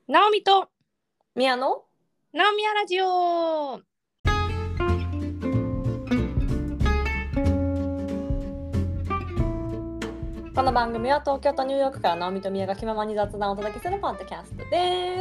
ナオミと宮野ナオミヤラジオ。 この番組は東京とニューヨークから直美と宮が気ままに雑談をお届けするポッドキャストです。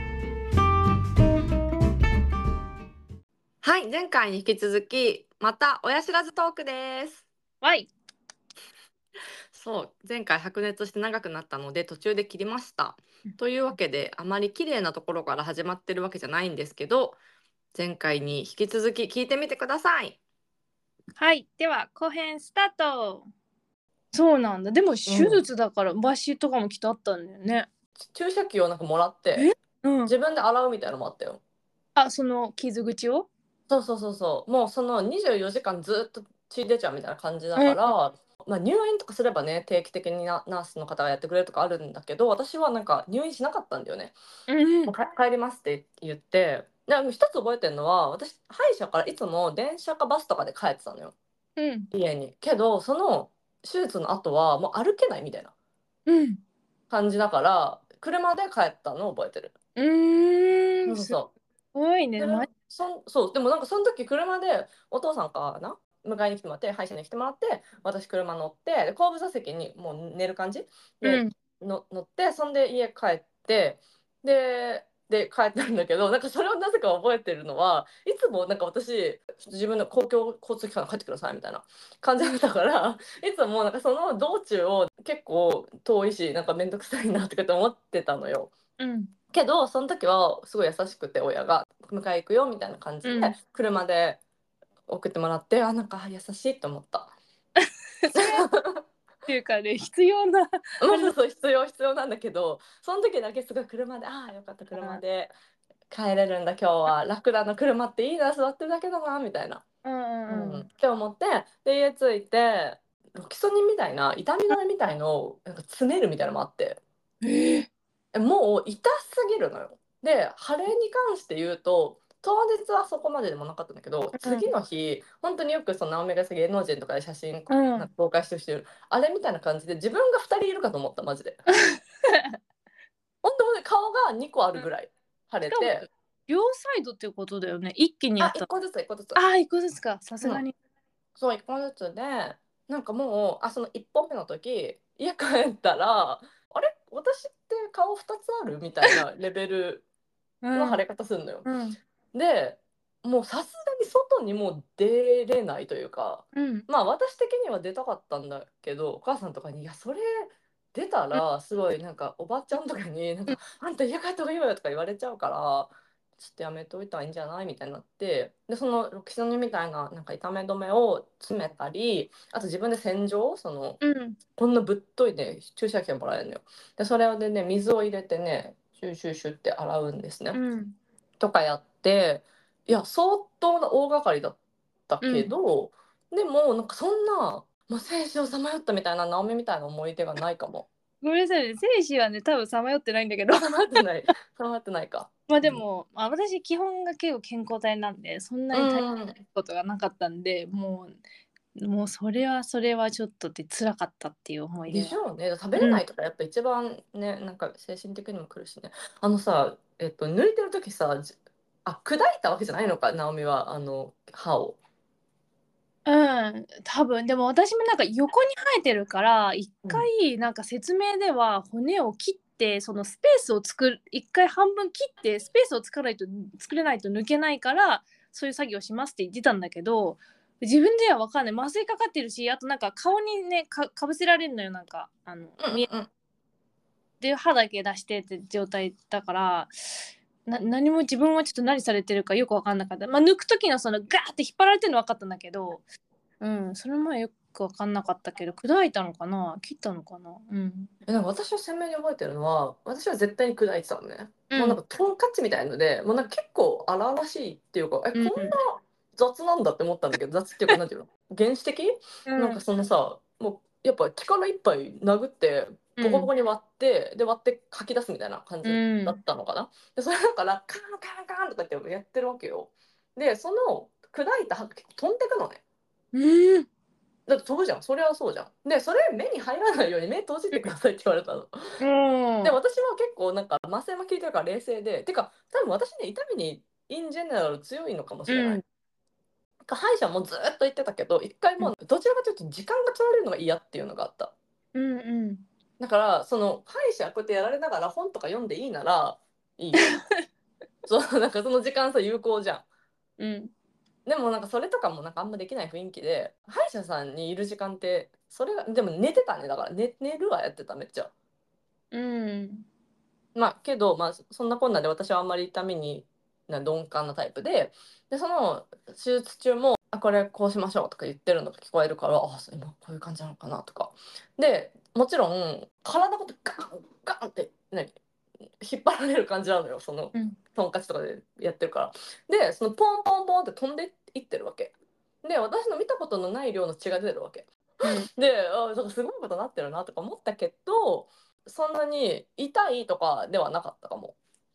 はい、前回に引き続きまた親知らずトークです。 はい。 そう前回白熱して長くなったので途中で切りました。というわけであまり綺麗なところから始まってるわけじゃないんですけど、前回に引き続き聞いてみてください。 はい。では後編スタート。そうなんだ。でも手術だから抜歯とかもきっとあったんだよね。 注射器をなんかもらって自分で洗うみたいなのもあったよ。 あ、その傷口を。 そうもうその24時間ずっと血出ちゃうみたいな感じだから、入院とかすればね定期的にナースの方がやってくれるとかあるんだけど、私はなんか入院しなかったんだよね。もう帰りますって言って、で一つ覚えてるのは、私歯医者からいつも電車かバスとかで帰ってたのよ、家に。けどその手術の後はもう歩けないみたいな感じだから車で帰ったのを覚えてる。 すそうごいね。 そうでもなんかその時車でお父さんかな迎えに来てもらって、歯医者に来てもらって、私車乗ってで後部座席にもう寝る感じで、乗って、そんで家帰って、で帰ったんだけど、なんかそれをなぜか覚えてるのは、いつもなんか私自分の公共交通機関に帰ってくださいみたいな感じだったからいつもなんかその道中を結構遠いしなんか面倒くさいなとかって思ってたのよ。けどその時はすごい優しくて、親が迎え行くよみたいな感じで車で送ってもらって、あ、なんか優しいと思った。 それっていうかね、必要なそう必要なんだけど、その時だけすごい車で、ああよかった車で帰れるんだ今日は楽だな、車っていいな、座ってるだけだなみたいな、って思って、で家着いてロキソニンみたいな痛み止めみたいのをなんか詰めるみたいなのもあって、もう痛すぎるのよ。で腫れに関して言うと当日はそこまででもなかったんだけど、次の日本当によくその直美が芸能人とかで写真なんか公開してる人、あれみたいな感じで自分が2人いるかと思った、マジで。本当に顔が2個あるぐらい腫れて。 両サイドっていうことだよね。一気にやった。 1個ずつ1個ずつ。 1個ずつか、さすがに。 そう1個ずつで、なんかもうその1本目の時家帰ったら、あれ私って顔2つあるみたいなレベルの腫れ方するのよ。でもうさすがに外にもう出れないというか、まあ私的には出たかったんだけど、お母さんとかに「いやそれ出たらすごいなんかおばちゃんとかになんかあんた家帰った方がいいわよ」とか言われちゃうから、ちょっとやめといたらいいんじゃないみたいになって、でそのロキソニンみたいななんか痛め止めを詰めたり、あと自分で洗浄、こんなぶっといね注射器をもらえるのよ。でそれでね水を入れてねシュシュシュって洗うんですね、とかやって、いや相当な大掛かりだったけど、でもなんかそんな、生死をさまよったみたいな、直美みたいな思い出がないかも。 ごめんなさいね、生死はね多分さまよってないんだけどさまよってないさまよってないか。 まあでも、私基本が結構健康体なんでそんなに大変なことがなかったんで、もうそれはちょっとで辛かったっていう思い出では。 しょうね。食べれないとかやっぱ一番ね、なんか精神的にも苦しいね。あのさ、抜いてる時さ、砕いたわけじゃないのか、直美は歯を。 多分でも私もなんか横に生えてるから一回なんか説明では骨を切ってそのスペースを一回半分切ってスペースを作れないと抜けないからそういう作業しますって言ってたんだけど、自分では分かんない、麻酔かかってるし、あとなんか顔にねかぶせられるのよ、なんかで歯だけ出してって状態だから何も自分はちょっと何されてるかよく分かんなかった。抜く時のそのガーって引っ張られてるの分かったんだけど、それもよく分かんなかったけど、砕いたのかな切ったのかな。 なんか私は鮮明に覚えてるのは、私は絶対に砕いてたのね。もうなんかトンカチみたいので、もうなんか結構荒々しいっていうか、こんな雑なんだって思ったんだけど、雑っていうかなんていうの原始的、なんかそのさ、もうやっぱ力いっぱい殴ってボコボコに割って、で割って吐き出すみたいな感じだったのかな。でそれだからカーンカーンカーンとかってやってるわけよ。でその砕いた歯が結構飛んでくのね。 だって飛ぶじゃん。それはそうじゃん。でそれ目に入らないように目閉じてくださいって言われたの。で私は結構なんか麻酔も効いてるから冷静で、てか多分私ね痛みにインジェネラル強いのかもしれない。歯医者もずっと行ってたけど一回もどちらかというと時間が取られるのが嫌っていうのがあった。だからその歯医者こうやってやられながら本とか読んでいいならいいじゃん。そうなんかその時間さ有効じゃん。でもなんかそれとかもなんかあんまできない雰囲気で歯医者さんにいる時間ってそれがでも寝てたね。だから寝るはやってためっちゃ。まあけど、まあ、そんなこんなで私はあんまり痛みに鈍感なタイプでその手術中もこれこうしましょうとか言ってるのが聞こえるから、今こういう感じなのかなとかで、もちろん体ごとガンガンって引っ張られる感じなのよ、そのトンカチとかでやってるから。でそのポンポンポンって飛んでいってるわけで、私の見たことのない量の血が出てるわけで、なんかすごいことになってるなとか思ったけど、そんなに痛いとかではなかったかも。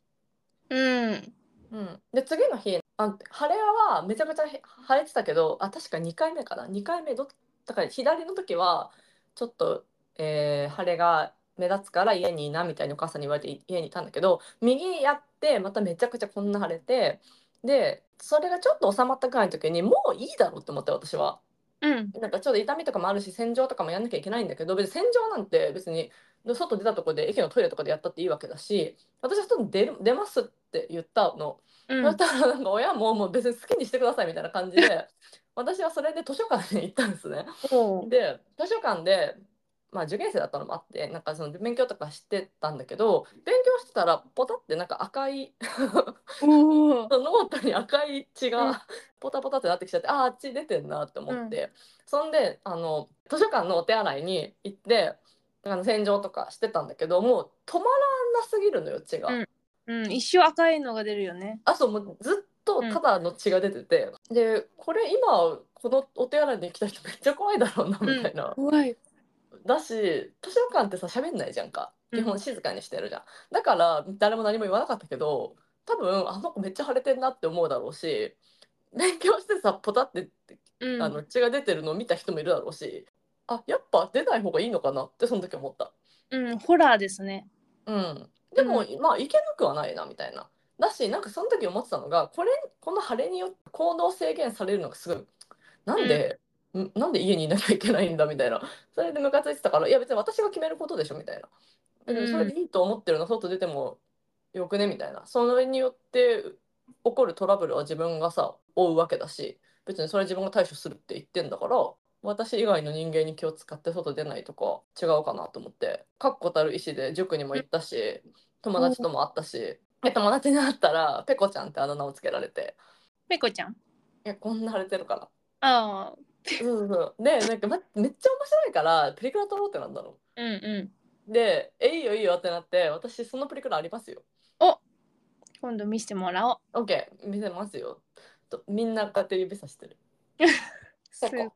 で次の日腫れはめちゃくちゃ腫れてたけど、確か2回目かな、2回目だから左の時はちょっと、腫れが目立つから家にいなみたいにお母さんに言われて家にいたんだけど、右やってまためちゃくちゃこんな腫れて、でそれがちょっと収まったくらいの時にもういいだろうって思って私は。なんかちょっと痛みとかもあるし洗浄とかもやんなきゃいけないんだけど、別に洗浄なんて別に外出たところで駅のトイレとかでやったっていいわけだし、私は外に出ますって言ったの。そしたらなんか親も別に好きにしてくださいみたいな感じで私はそれで図書館に行ったんですね。で図書館で、まあ、受験生だったのもあってなんかその勉強とかしてたんだけど、勉強してたらポタってなんか赤いノートに赤い血がポタポタってなってきちゃって、血出てんなって思って、そんで図書館のお手洗いに行って洗浄とかしてたんだけど、もう止まらなすぎるのよ血が。 一生赤いのが出るよね。 そうもうずっとただの血が出てて、でこれ今このお手洗いに来た人めっちゃ怖いだろうなみたいな。 怖い。 だし図書館ってさ喋んないじゃんか、基本静かにしてるじゃん。だから誰も何も言わなかったけど、多分あの子めっちゃ腫れてんなって思うだろうし、勉強してさポタって血が出てるのを見た人もいるだろうし、やっぱ出ない方がいいのかなってその時思った。 ホラーですね。 でも、まあいけなくはないなみたいな。だしなんかその時思ってたのが、この腫れによって行動制限されるのがすごいなんで、なんで家にいなきゃいけないんだみたいな。それでムカついてたから、いや別に私が決めることでしょみたいな。別にそれでいいと思ってるの、外出てもよくねみたいな。それによって起こるトラブルは自分がさ負うわけだし、別にそれ自分が対処するって言ってんだから、私以外の人間に気を使って外出ないとか違うかなと思って、確固たる意思で塾にも行ったし、友達とも会ったし、友達に会ったらペコちゃんってあだ名をつけられて。 ペコちゃん。 こんな腫れてるから。 ああ。 でなんか、めっちゃ面白いからプリクラ撮ろうってなんだろう。でいいよいいよってなって、私そのプリクラありますよ。 今度見せてもらおう。 OK 見せますよ。みんなこうやって指さしてる。そこ。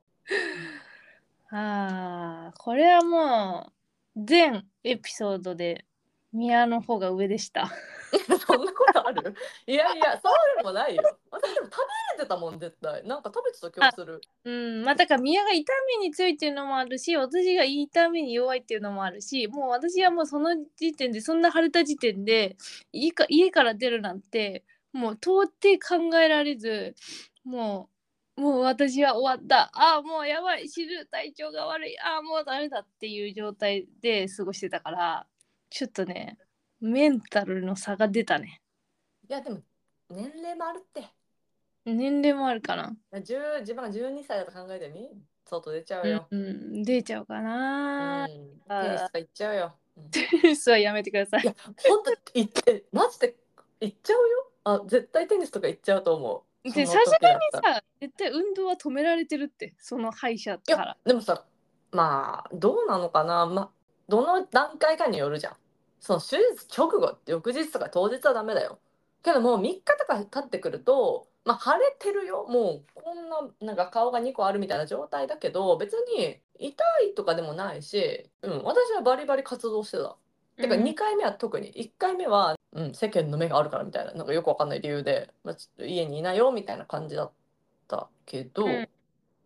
これはもう全エピソードで宮の方が上でした。 そんなことある？いやいや、そうでもないよ。私でも食べれてたもん、絶対。なんか食べてた気がする。 だから宮が痛みに強いっていうのもあるし、私が痛みに弱いっていうのもあるし、もう私はもうその時点で、そんな腫れた時点で家から出るなんてもう到底考えられず、もう私は終わった、もうやばい、死ぬ、体調が悪い、もうダメだっていう状態で過ごしてたから、ちょっとねメンタルの差が出たね。 いやでも年齢もあるって。 年齢もあるかな。 自分が12歳だと考えてみ、外出ちゃうよ。 出ちゃうかな。 テニスとか行っちゃうよ。 テニスはやめてください。 いや本当行ってマジで行っちゃうよ。絶対テニスとか行っちゃうと思う。 でさすがにさ、絶対運動は止められてるって、その歯医者から。いやでもさ、まあどうなのかな、どの段階かによるじゃん。その手術直後って翌日とか当日はダメだよ。けどもう3日とか経ってくると、腫れてるよ、もうこんななんか顔が2個あるみたいな状態だけど、別に痛いとかでもないし、私はバリバリ活動してた。てか2回目は特に、1回目は、世間の目があるからみたいな、なんかよくわかんない理由で、ちょっと家にいないよみたいな感じだったけど、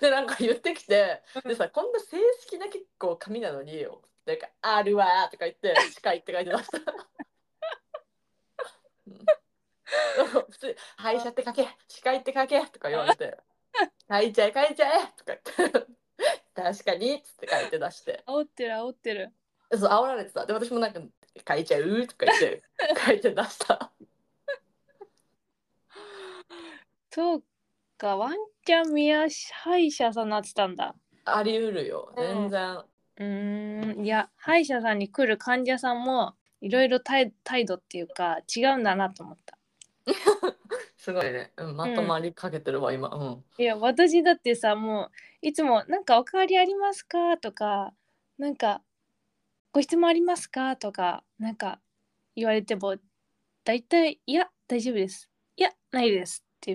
でなんか言ってきて、でさ、こんな正式な結構紙なのになんかあるわーとか言って歯科行って書いてました。うん、普通歯医者って書け歯科行って書けとか言われて書いちゃえ書いちゃえとか言って確かにっつって書いて出して、 煽ってる煽ってる。 そう煽られてた。で私もなんか書いちゃうとか言って書いて出した。 そうか、ワンチャン歯医者さんなってたんだ。 あり得るよ全然。 いや、歯医者さんに来る患者さんもいろいろ態度っていうか違うんだなと思った。 すごいね、まとまりかけてるわ今。 いや、私だってさ、もういつもなんかおかわりありますかとか、なんかご質問ありますかとか、なんか言われても、大体、いや、大丈夫です。いや、ないですって言って、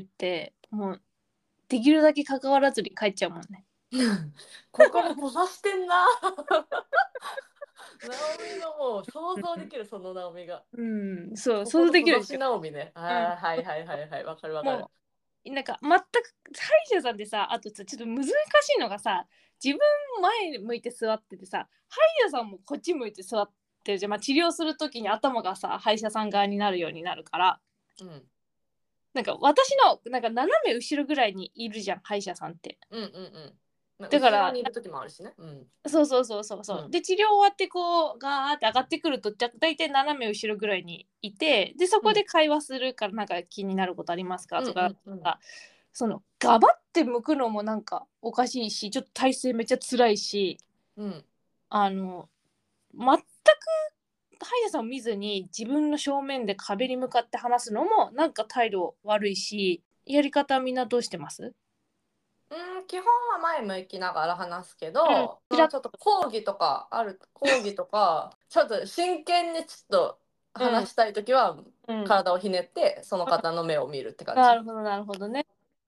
もうできるだけ関わらずに帰っちゃうもんね。 心閉ざしてんな。ナオミのもう想像できる、そのナオミが。 そう、想像心閉ざしできるでしょ。 ナオミね。はいはいはいはい、わかるわかる。 もうなんか全く歯医者さんでさ、あとさ、ちょっと難しいのがさ、自分前向いて座っててさ、歯医者さんもこっち向いて座ってるじゃん。治療するときに頭がさ、歯医者さん側になるようになるから、なんか私のなんか斜め後ろぐらいにいるじゃん、歯医者さんって。 だから後ろだから、 にいる時もあるしね。 そうそうそうそうそう、で治療終わってこうガーって上がってくると大体斜め後ろぐらいにいて、でそこで会話するから、なんか気になることありますかとか、そのガバって向くのもなんかおかしいし、ちょっと体勢めっちゃ辛いし、あの全く歯医者さんを見ずに自分の正面で壁に向かって話すのもなんか態度悪いし、やり方みんなどうしてます？ 基本は前向きながら話すけど、 ちらっちょっと講義とかちょっと真剣にちょっと話したい時は、体をひねってその方の目を見るって感じ。 なるほどなるほどね。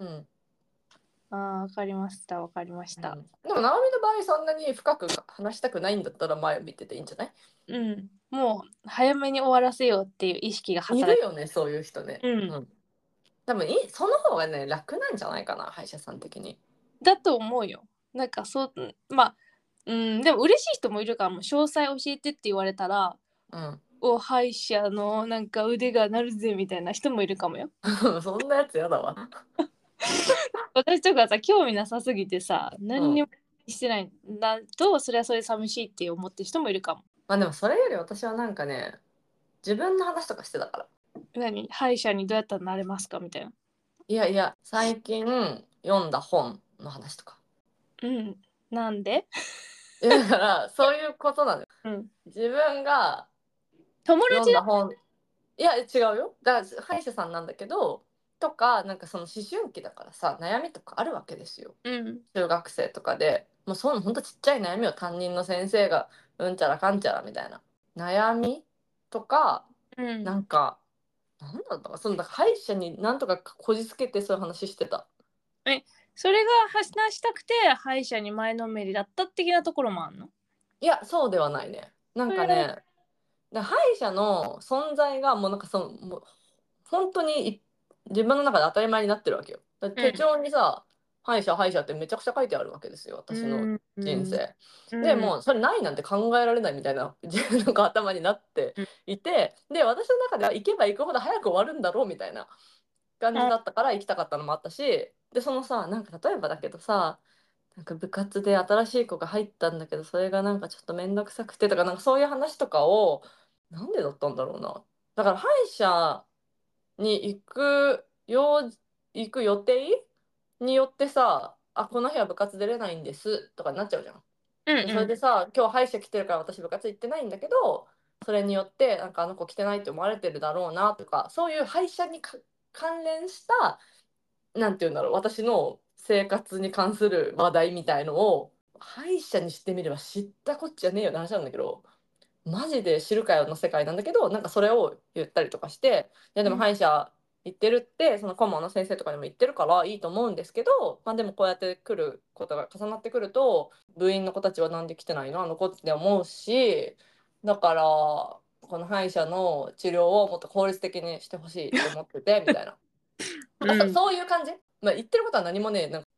わかりましたわかりました。 でも直美の場合そんなに深く話したくないんだったら前を見てていいんじゃない？ もう早めに終わらせようっていう意識が働いるよね、そういう人ね。多分その方がね楽なんじゃないかな、歯医者さん的に。 だと思うよ。なんかそう、でも嬉しい人もいるから、もう詳細教えてって言われたら、歯医者のなんか腕が鳴るぜみたいな人もいるかもよ。 そんなやつやだわ。 私とかさ、興味なさすぎてさ、何にもしてないんだと、それはそれ寂しいって思ってる人もいるかも。 でもそれより私はなんかね、自分の話とかしてたから。 歯医者にどうやったらなれますかみたいな。 いやいや、最近読んだ本の話とか。 なんで？ だからそういうことなのよ。自分が友達だ。 読んだ本、いや違うよ。だから歯医者さんなんだけど、とかなんかその思春期だからさ、悩みとかあるわけですよ。中学生とかでもうそのほんとちっちゃい悩みを担任の先生がうんちゃらかんちゃらみたいな悩みとか、なんかなんだったか、そのだから歯医者になんとかこじつけてそういう話してた。 それが話したくて歯医者に前のめりだった的なところもあんの？ いやそうではないね。なんかね、歯医者の存在がもうなんかもう本当に自分の中で当たり前になってるわけよ。だって手帳にさ、歯医者歯医者ってめちゃくちゃ書いてあるわけですよ、私の人生。でもうそれないなんて考えられないみたいな自分の頭になっていて、で私の中では行けば行くほど早く終わるんだろうみたいな感じだったから行きたかったのもあったし、でそのさ、なんか例えばだけどさ、なんか部活で新しい子が入ったんだけどそれがなんかちょっと面倒くさくてとか、なんかそういう話とかをなんでだったんだろうな。だから歯医者に行く予定によってさ、この日は部活出れないんですとかになっちゃうじゃん。でそれでさ、今日歯医者来てるから私部活行ってないんだけど、それによってなんかあの子来てないって思われてるだろうなとか、そういう歯医者に関連したなんて言うんだろう、私の生活に関する話題みたいのを歯医者にしてみれば知ったこっちゃねえよって話なんだけど、マジで知るかよの世界なんだけど、なんかそれを言ったりとかして、いやでも歯医者行ってるってその顧問の先生とかにも言ってるからいいと思うんですけど、でもこうやって来ることが重なってくると部員の子たちはなんで来てないのあの子って思うし、だからこの歯医者の治療をもっと効率的にしてほしいって思っててみたいな。そういう感じ。言ってることは何もね、なんか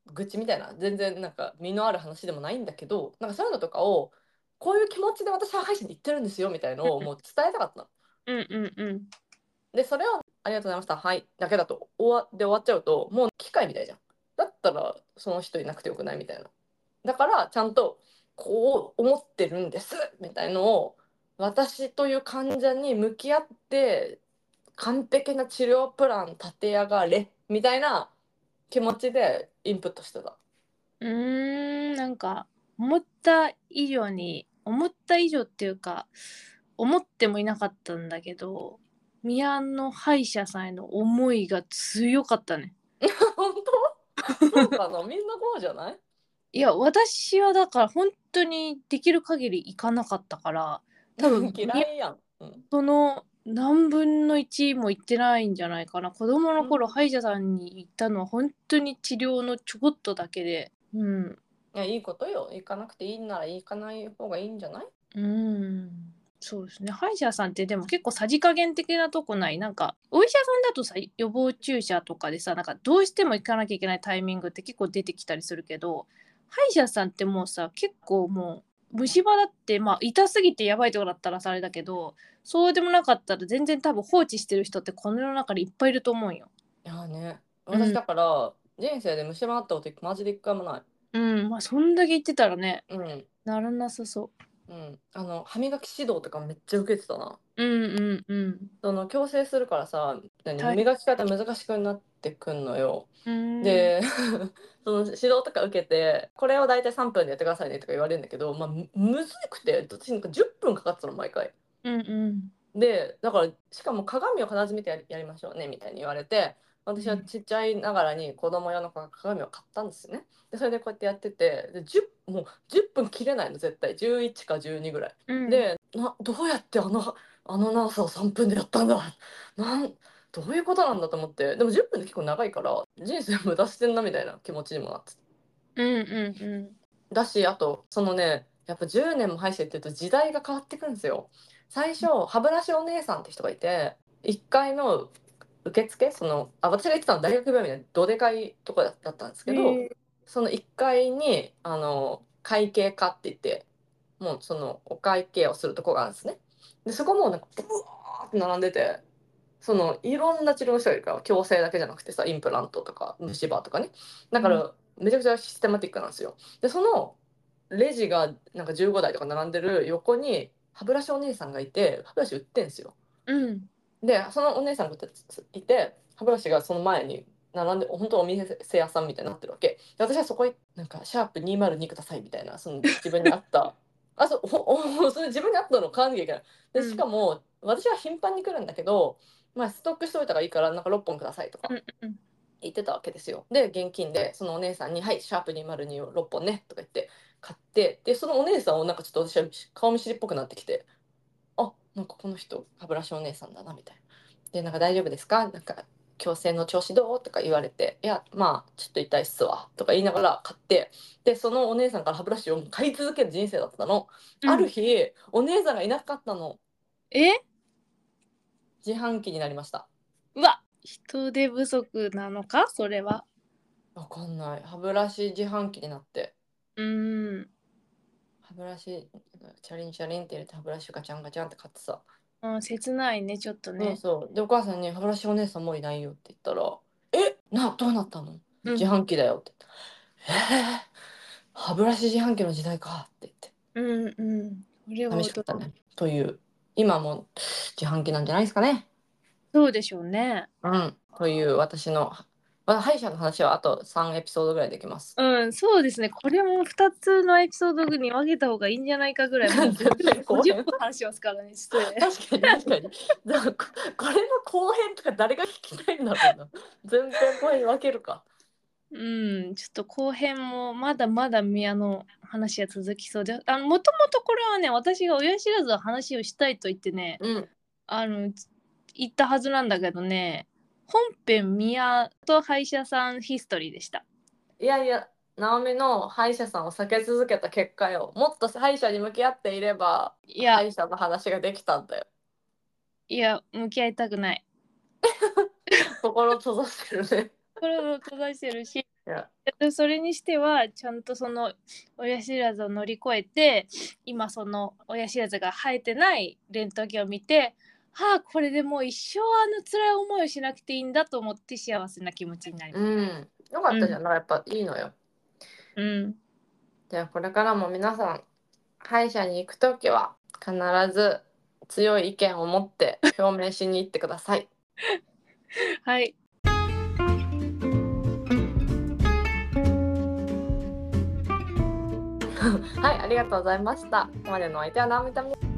愚痴みたいな全然なんか身のある話でもないんだけど、なんかそういうのとかをこういう気持ちで私は歯医者に行ってるんですよみたいのをもう伝えたかったの。 うんうんうん。 でそれをありがとうございましたはいだけだと終わっちゃうともう機械みたいじゃん。だったらその人いなくてよくないみたいな。だからちゃんとこう思ってるんですみたいのを私という患者に向き合って完璧な治療プラン立てやがれみたいな気持ちでインプットしてた。 なんか思った以上っていうか思ってもいなかったんだけど、宮の歯医者さんへの思いが強かったね。 本当そうかなみんなこうじゃない？ いや、私はだから本当にできる限り行かなかったから、多分宮嫌いやん、 その何分の1も行ってないんじゃないかな。子供の頃、歯医者さんに行ったのは本当に治療のちょこっとだけで。 いやいいことよ。行かなくていいなら行かない方がいいんじゃない？ そうですね。歯医者さんってでも結構さじ加減的なとこない？なんかお医者さんだとさ、予防注射とかでさ、なんかどうしても行かなきゃいけないタイミングって結構出てきたりするけど、歯医者さんってもうさ、結構もう虫歯だって、まあ痛すぎてやばいとこだったらさあれだけど、そうでもなかったら全然多分放置してる人ってこの世の中にいっぱいいると思うよ。 いやね、 うん私だから人生で虫歯あったことマジで一回もない。 まあそんだけ言ってたらね、 うんならなさそうん。歯磨き指導とかめっちゃ受けてたな。 う。 その矯正するからさ、 大磨き方難しくなってくんのよ。 変。 でその指導とか受けてこれを大体3分でやってくださいねとか言われるんだけど、まあ、むずくて私なんか10分かかってたの毎回。 うんうんでだからしかも鏡を必ず見てやりましょうねみたいに言われて、私はちっちゃいながらに子供用の鏡を買ったんですよね。でそれでこうやってやっててでもう10分切れないの絶対11か12ぐらいうんでどうやってあの長さを3分でやったんだどういうことなんだと思って、でも10分で結構長いから人生無駄してんなみたいな気持ちにもなってだし、あとそのねやっぱ10年も歯医者行ってると時代が変わってくるんですよ。最初歯ブラシお姉さんって人がいて1階の受付私が行ってたの大学病院でどでかいとこだったんですけど、その1階に会計課って言ってもうそのお会計をするとこがあるんですね。でそこもなんかブワーって並んでて、いろんな治療の人がいるから矯正だけじゃなくてさインプラントとか虫歯とかね。だからめちゃくちゃシステマティックなんですよ。でそのレジがなんか15台とか並んでる横に歯ブラシお姉さんがいて歯ブラシ売ってんすよ。でそのお姉さんがいて歯ブラシがその前に並んで本当お店屋さんみたいになってるわけで、私はそこになんかシャープ202くださいみたいな自分に合ったそれ自分に合ったのを買わなきゃいけない。でしかも私は頻繁に来るんだけど、まあ、ストックしといた方がいいからなんか6本くださいとか言ってたわけですよ。で現金でそのお姉さんに「はいシャープ202を6本ね」とか言って買って、でそのお姉さんをなんかちょっと私は顔見知りっぽくなってきて、なんかこの人歯ブラシお姉さんだなみたいな。でなんか大丈夫ですかなんか矯正の調子どうとか言われて、いやまあちょっと痛いっすわとか言いながら買って、でそのお姉さんから歯ブラシを買い続ける人生だったの。ある日お姉さんがいなかったの。自販機になりました。 うわ、人手不足なのかそれは。 わかんない。歯ブラシ自販機になって、歯ブラシチャリンチャリンって入れて歯ブラシガチャンガチャンって買ってさ。 切ないねちょっとね。 でお母さんに「歯ブラシお姉さんもういないよ」って言ったらどうなったの？自販機だよって言って、歯ブラシ自販機の時代かって言ってこれは寂しかったね。という今も自販機なんじゃないですかね。 そうでしょうね。 という私の歯医者の話はあと3エピソードぐらいできます。 そうですね。これも2つのエピソードに分けた方がいいんじゃないかぐらい、もう全然後編 50分話しますからね、失礼。 確かにこれの後編とか誰が聞きたいんだろうな。全然後編分けるか。 ちょっと後編もまだまだ宮の話は続きそうで、もともとこれはね、私が親知らずの話をしたいと言ってね、言ったはずなんだけどね、本編宮と歯医者さんヒストリーでした。 いやいや、直美の歯医者さんを避け続けた結果よ。もっと歯医者に向き合っていれば、歯医者の話ができたんだよ。 いや、向き合いたくない。 心閉ざしてるね。 心を閉ざしてるし、 それにしてはちゃんとその親知らずを乗り越えて、今その親知らずが生えてないレントゲンを見て、はあ、これでもう一生辛い思いをしなくていいんだと思って幸せな気持ちになります。 よかったじゃない、やっぱいいのよ。じゃあこれからも皆さん歯医者に行くときは必ず強い意見を持って表明しに行ってください。 はい。 はい、ありがとうございました。ここまでのお相手はなみたみ